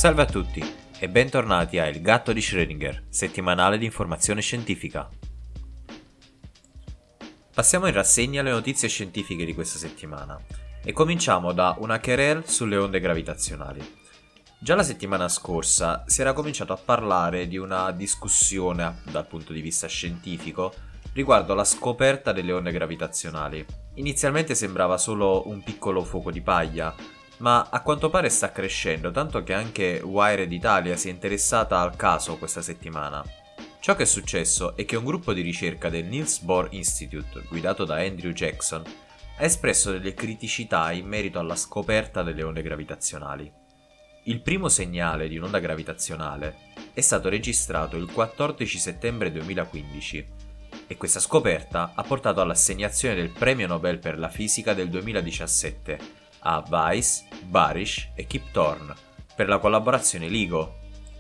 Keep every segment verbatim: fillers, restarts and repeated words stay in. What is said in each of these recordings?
Salve a tutti e bentornati a Il gatto di Schrödinger, settimanale di informazione scientifica. Passiamo in rassegna le notizie scientifiche di questa settimana e cominciamo da una querelle sulle onde gravitazionali. Già la settimana scorsa si era cominciato a parlare di una discussione dal punto di vista scientifico riguardo alla scoperta delle onde gravitazionali. Inizialmente sembrava solo un piccolo fuoco di paglia, ma a quanto pare sta crescendo, tanto che anche Wired Italia si è interessata al caso questa settimana. Ciò che è successo è che un gruppo di ricerca del Niels Bohr Institute, guidato da Andrew Jackson, ha espresso delle criticità in merito alla scoperta delle onde gravitazionali. Il primo segnale di un'onda gravitazionale è stato registrato il quattordici settembre duemilaquindici e questa scoperta ha portato all'assegnazione del Premio Nobel per la fisica del duemiladiciassette a Weiss, Barish e Kip Thorne per la collaborazione LIGO.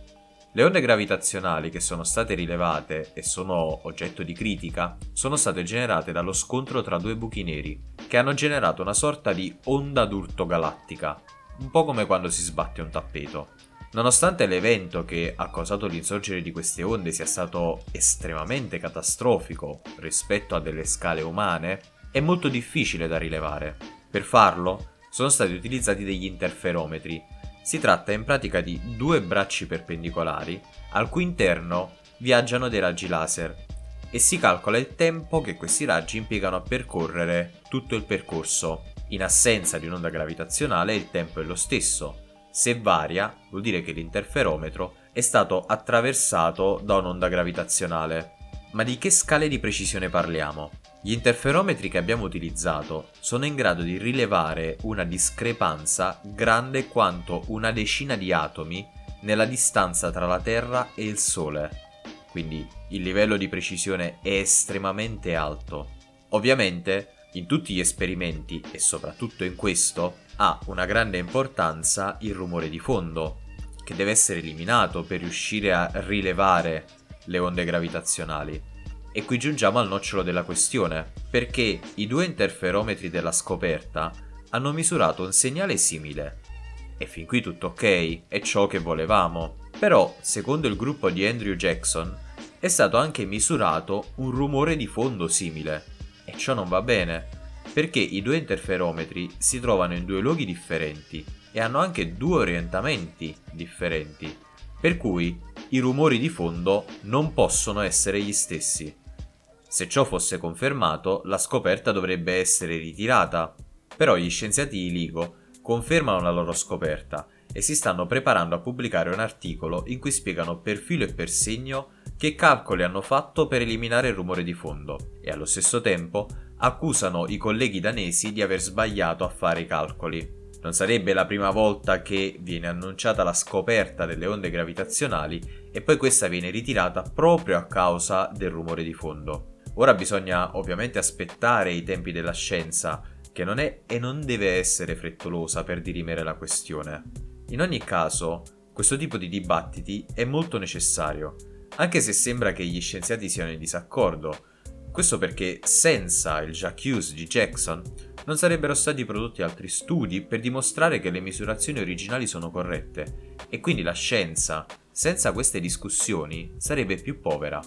Le onde gravitazionali che sono state rilevate e sono oggetto di critica sono state generate dallo scontro tra due buchi neri che hanno generato una sorta di onda d'urto galattica, un po' come quando si sbatte un tappeto. Nonostante l'evento che ha causato l'insorgere di queste onde sia stato estremamente catastrofico rispetto a delle scale umane, è molto difficile da rilevare. Per farlo sono stati utilizzati degli interferometri. Si tratta in pratica di due bracci perpendicolari al cui interno viaggiano dei raggi laser e si calcola il tempo che questi raggi impiegano a percorrere tutto il percorso. In assenza di un'onda gravitazionale il tempo è lo stesso. Se varia, vuol dire che l'interferometro è stato attraversato da un'onda gravitazionale. Ma di che scale di precisione parliamo? Gli interferometri che abbiamo utilizzato sono in grado di rilevare una discrepanza grande quanto una decina di atomi nella distanza tra la Terra e il Sole. Quindi il livello di precisione è estremamente alto. Ovviamente, in tutti gli esperimenti, e soprattutto in questo, ha una grande importanza il rumore di fondo, che deve essere eliminato per riuscire a rilevare le onde gravitazionali. E qui giungiamo al nocciolo della questione, perché i due interferometri della scoperta hanno misurato un segnale simile. E fin qui tutto ok, è ciò che volevamo. Però, secondo il gruppo di Andrew Jackson, è stato anche misurato un rumore di fondo simile. E ciò non va bene, perché i due interferometri si trovano in due luoghi differenti e hanno anche due orientamenti differenti, per cui i rumori di fondo non possono essere gli stessi. Se ciò fosse confermato, la scoperta dovrebbe essere ritirata, però gli scienziati di LIGO confermano la loro scoperta e si stanno preparando a pubblicare un articolo in cui spiegano per filo e per segno che calcoli hanno fatto per eliminare il rumore di fondo e allo stesso tempo accusano i colleghi danesi di aver sbagliato a fare i calcoli. Non sarebbe la prima volta che viene annunciata la scoperta delle onde gravitazionali e poi questa viene ritirata proprio a causa del rumore di fondo. Ora bisogna ovviamente aspettare i tempi della scienza, che non è e non deve essere frettolosa per dirimere la questione. In ogni caso, questo tipo di dibattiti è molto necessario, anche se sembra che gli scienziati siano in disaccordo. Questo perché senza il J'accuse di Jackson non sarebbero stati prodotti altri studi per dimostrare che le misurazioni originali sono corrette, e quindi la scienza, senza queste discussioni, sarebbe più povera.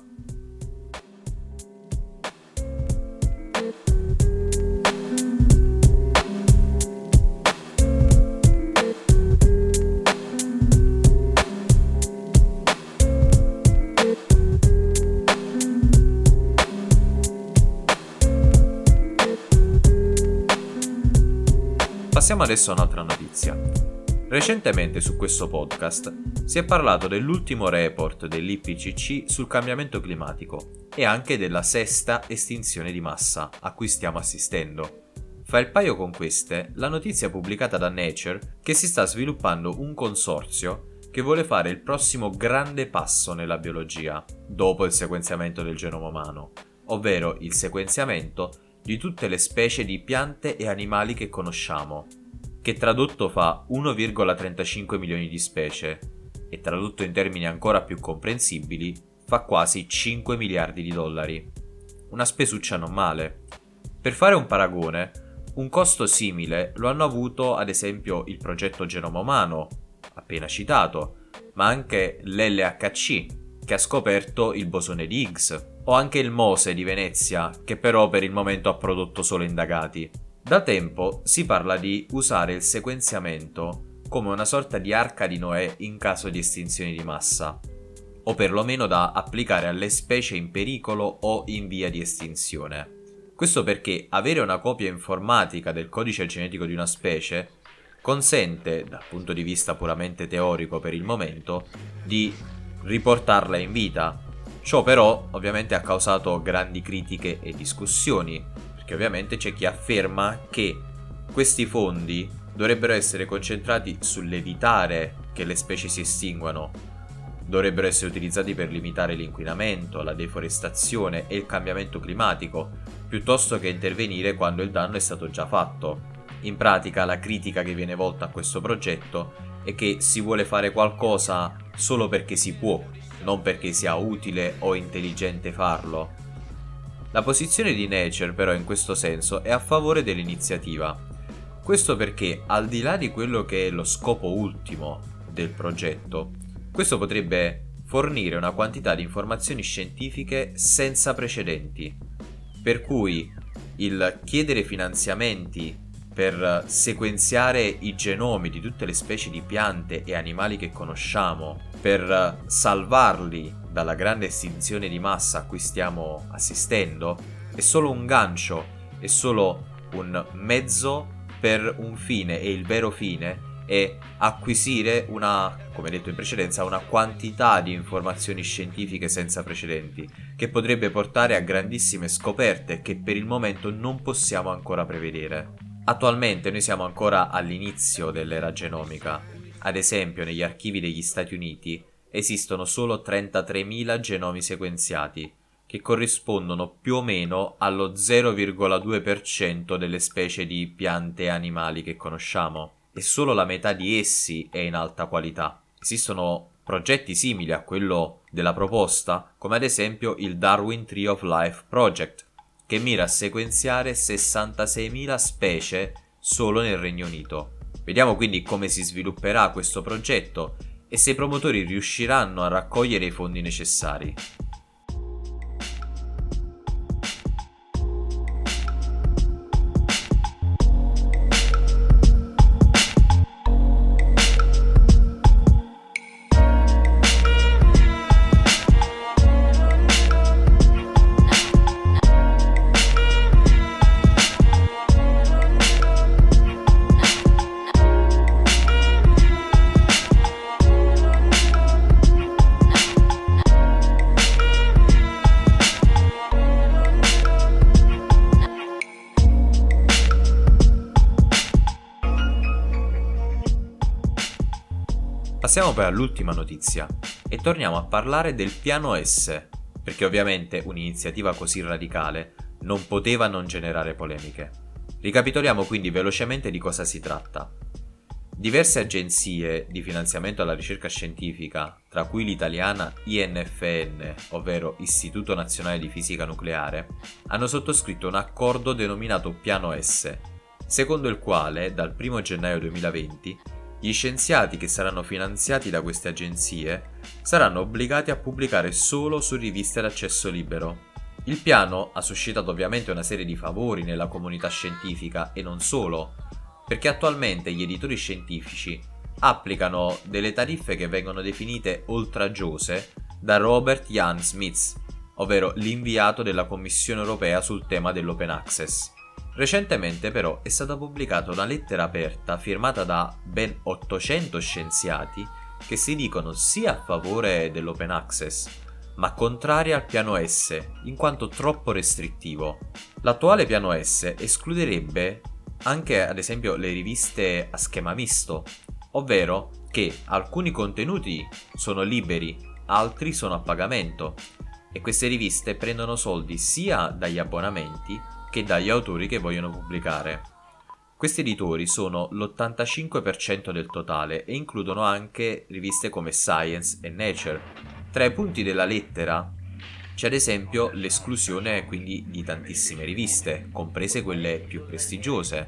Passiamo adesso a un'altra notizia. Recentemente su questo podcast si è parlato dell'ultimo report dell'I P C C sul cambiamento climatico e anche della sesta estinzione di massa a cui stiamo assistendo. Fa il paio con queste la notizia pubblicata da Nature che si sta sviluppando un consorzio che vuole fare il prossimo grande passo nella biologia, dopo il sequenziamento del genoma umano, ovvero il sequenziamento di tutte le specie di piante e animali che conosciamo, che tradotto fa uno virgola trentacinque milioni di specie e tradotto in termini ancora più comprensibili fa quasi cinque miliardi di dollari. Una spesuccia non male. Per fare un paragone, un costo simile lo hanno avuto ad esempio il progetto Genoma Umano, appena citato, ma anche l'L H C, che ha scoperto il bosone di Higgs, o anche il MOSE di Venezia, che però per il momento ha prodotto solo indagati. Da tempo si parla di usare il sequenziamento come una sorta di arca di Noè in caso di estinzione di massa, o perlomeno da applicare alle specie in pericolo o in via di estinzione. Questo perché avere una copia informatica del codice genetico di una specie consente, dal punto di vista puramente teorico per il momento, di riportarla in vita. Ciò però ovviamente ha causato grandi critiche e discussioni, perché ovviamente c'è chi afferma che questi fondi dovrebbero essere concentrati sull'evitare che le specie si estinguano, dovrebbero essere utilizzati per limitare l'inquinamento, la deforestazione e il cambiamento climatico, piuttosto che intervenire quando il danno è stato già fatto. In pratica la critica che viene volta a questo progetto è che si vuole fare qualcosa solo perché si può, non perché sia utile o intelligente farlo. La posizione di Nature però in questo senso è a favore dell'iniziativa. Questo perché, al di là di quello che è lo scopo ultimo del progetto, questo potrebbe fornire una quantità di informazioni scientifiche senza precedenti, per cui il chiedere finanziamenti per sequenziare i genomi di tutte le specie di piante e animali che conosciamo, per salvarli dalla grande estinzione di massa a cui stiamo assistendo, è solo un gancio, è solo un mezzo per un fine, e il vero fine è acquisire una, come detto in precedenza, una quantità di informazioni scientifiche senza precedenti, che potrebbe portare a grandissime scoperte che per il momento non possiamo ancora prevedere. Attualmente noi siamo ancora all'inizio dell'era genomica. Ad esempio, negli archivi degli Stati Uniti esistono solo trentatremila genomi sequenziati, che corrispondono più o meno allo zero virgola due per cento delle specie di piante e animali che conosciamo, e solo la metà di essi è in alta qualità. Esistono progetti simili a quello della proposta, come ad esempio il Darwin Tree of Life Project, che mira a sequenziare sessantaseimila specie solo nel Regno Unito. Vediamo quindi come si svilupperà questo progetto e se i promotori riusciranno a raccogliere i fondi necessari. Passiamo poi all'ultima notizia e torniamo a parlare del piano S, perché ovviamente un'iniziativa così radicale non poteva non generare polemiche. Ricapitoliamo quindi velocemente di cosa si tratta. Diverse agenzie di finanziamento alla ricerca scientifica, tra cui l'italiana I N F N, ovvero Istituto Nazionale di Fisica Nucleare, hanno sottoscritto un accordo denominato Piano S, secondo il quale dal primo gennaio duemilaventi gli scienziati che saranno finanziati da queste agenzie saranno obbligati a pubblicare solo su riviste ad accesso libero. Il piano ha suscitato ovviamente una serie di favori nella comunità scientifica e non solo, perché attualmente gli editori scientifici applicano delle tariffe che vengono definite oltraggiose da Robert Jan Smits, ovvero l'inviato della Commissione europea sul tema dell'open access. Recentemente però è stata pubblicata una lettera aperta firmata da ben ottocento scienziati che si dicono sia a favore dell'open access, ma contrari al piano S, in quanto troppo restrittivo. L'attuale piano S escluderebbe anche ad esempio le riviste a schema misto, ovvero che alcuni contenuti sono liberi, altri sono a pagamento, e queste riviste prendono soldi sia dagli abbonamenti che dagli autori che vogliono pubblicare. Questi editori sono l'ottantacinque per cento del totale e includono anche riviste come Science e Nature. Tra i punti della lettera c'è ad esempio l'esclusione quindi di tantissime riviste, comprese quelle più prestigiose,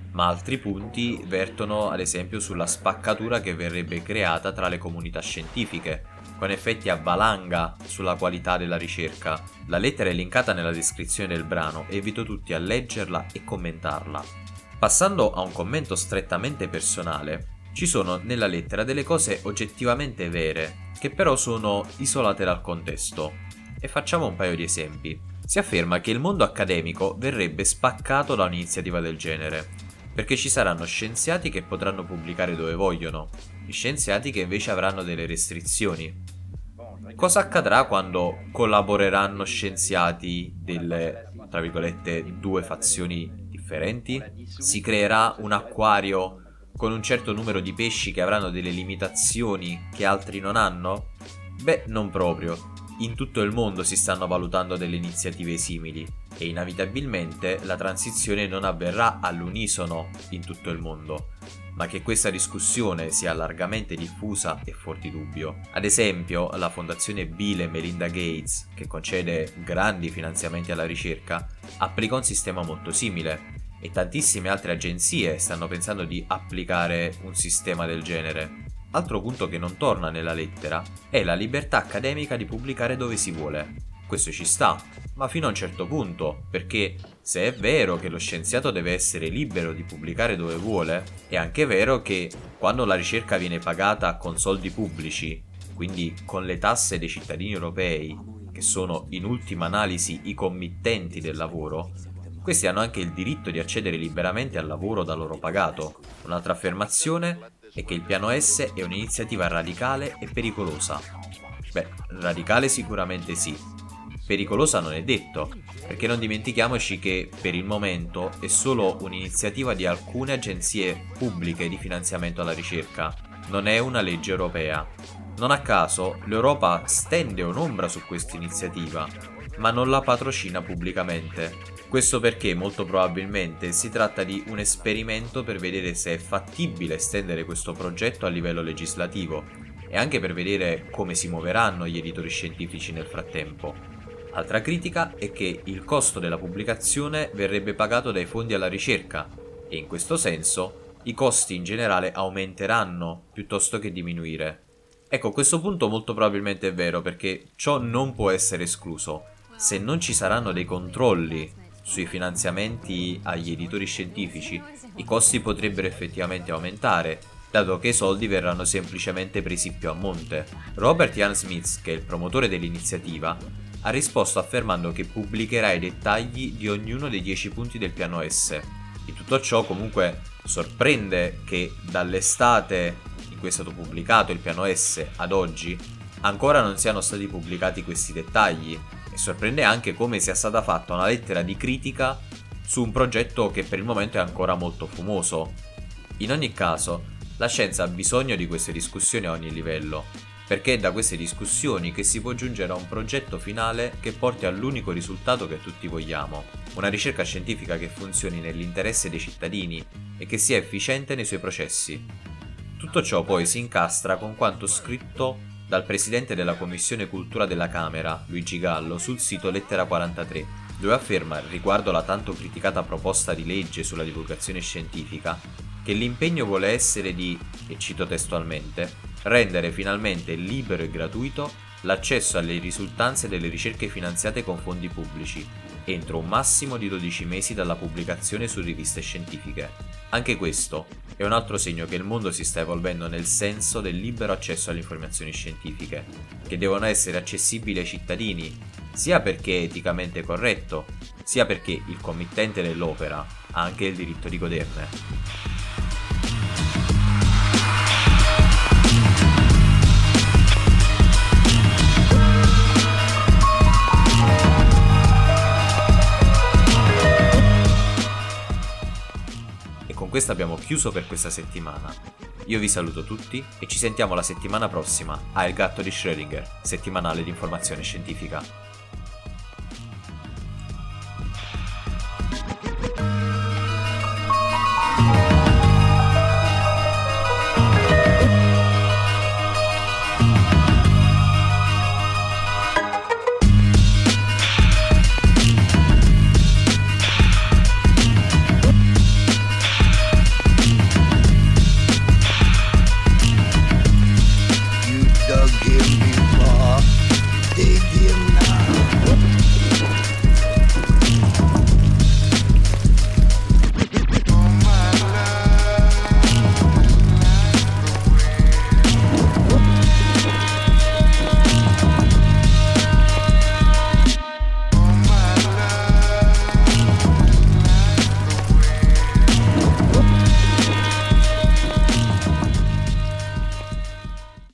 ma altri punti vertono ad esempio sulla spaccatura che verrebbe creata tra le comunità scientifiche, con effetti a valanga sulla qualità della ricerca. La lettera è linkata nella descrizione del brano e invito tutti a leggerla e commentarla. Passando a un commento strettamente personale, ci sono nella lettera delle cose oggettivamente vere, che però sono isolate dal contesto. E facciamo un paio di esempi. Si afferma che il mondo accademico verrebbe spaccato da un'iniziativa del genere, perché ci saranno scienziati che potranno pubblicare dove vogliono, e scienziati che invece avranno delle restrizioni. Cosa accadrà quando collaboreranno scienziati delle, tra virgolette, due fazioni differenti? Si creerà un acquario con un certo numero di pesci che avranno delle limitazioni che altri non hanno? Beh, non proprio. In tutto il mondo si stanno valutando delle iniziative simili e inevitabilmente la transizione non avverrà all'unisono in tutto il mondo, ma che questa discussione sia largamente diffusa è fuor di dubbio. Ad esempio, la fondazione Bill e Melinda Gates, che concede grandi finanziamenti alla ricerca, applica un sistema molto simile e tantissime altre agenzie stanno pensando di applicare un sistema del genere. Altro punto che non torna nella lettera è la libertà accademica di pubblicare dove si vuole. Questo ci sta, ma fino a un certo punto, perché se è vero che lo scienziato deve essere libero di pubblicare dove vuole, è anche vero che quando la ricerca viene pagata con soldi pubblici, quindi con le tasse dei cittadini europei, che sono in ultima analisi i committenti del lavoro, questi hanno anche il diritto di accedere liberamente al lavoro da loro pagato. Un'altra affermazione è che il piano S è un'iniziativa radicale e pericolosa. Beh, radicale sicuramente sì. Pericolosa non è detto, perché non dimentichiamoci che per il momento è solo un'iniziativa di alcune agenzie pubbliche di finanziamento alla ricerca, non è una legge europea. Non a caso l'Europa stende un'ombra su questa iniziativa, ma non la patrocina pubblicamente. Questo perché molto probabilmente si tratta di un esperimento per vedere se è fattibile estendere questo progetto a livello legislativo e anche per vedere come si muoveranno gli editori scientifici nel frattempo. Altra critica è che il costo della pubblicazione verrebbe pagato dai fondi alla ricerca e in questo senso i costi in generale aumenteranno piuttosto che diminuire. Ecco, questo punto molto probabilmente è vero perché ciò non può essere escluso. Se non ci saranno dei controlli sui finanziamenti agli editori scientifici, i costi potrebbero effettivamente aumentare, dato che i soldi verranno semplicemente presi più a monte. Robert Ian Smith, che è il promotore dell'iniziativa, ha risposto affermando che pubblicherà i dettagli di ognuno dei dieci punti del piano S. In tutto ciò comunque sorprende che dall'estate in cui è stato pubblicato il piano S ad oggi ancora non siano stati pubblicati questi dettagli. E sorprende anche come sia stata fatta una lettera di critica su un progetto che per il momento è ancora molto fumoso. In ogni caso, la scienza ha bisogno di queste discussioni a ogni livello, perché è da queste discussioni che si può giungere a un progetto finale che porti all'unico risultato che tutti vogliamo, una ricerca scientifica che funzioni nell'interesse dei cittadini e che sia efficiente nei suoi processi. Tutto ciò poi si incastra con quanto scritto dal presidente della Commissione Cultura della Camera, Luigi Gallo, sul sito Lettera quarantatré, dove afferma, riguardo la tanto criticata proposta di legge sulla divulgazione scientifica, che l'impegno vuole essere di, e cito testualmente, rendere finalmente libero e gratuito l'accesso alle risultanze delle ricerche finanziate con fondi pubblici, entro un massimo di dodici mesi dalla pubblicazione su riviste scientifiche. Anche questo è un altro segno che il mondo si sta evolvendo nel senso del libero accesso alle informazioni scientifiche, che devono essere accessibili ai cittadini, sia perché è eticamente corretto, sia perché il committente dell'opera ha anche il diritto di goderne. Con questo abbiamo chiuso per questa settimana. Io vi saluto tutti e ci sentiamo la settimana prossima a Il gatto di Schrödinger, settimanale di informazione scientifica.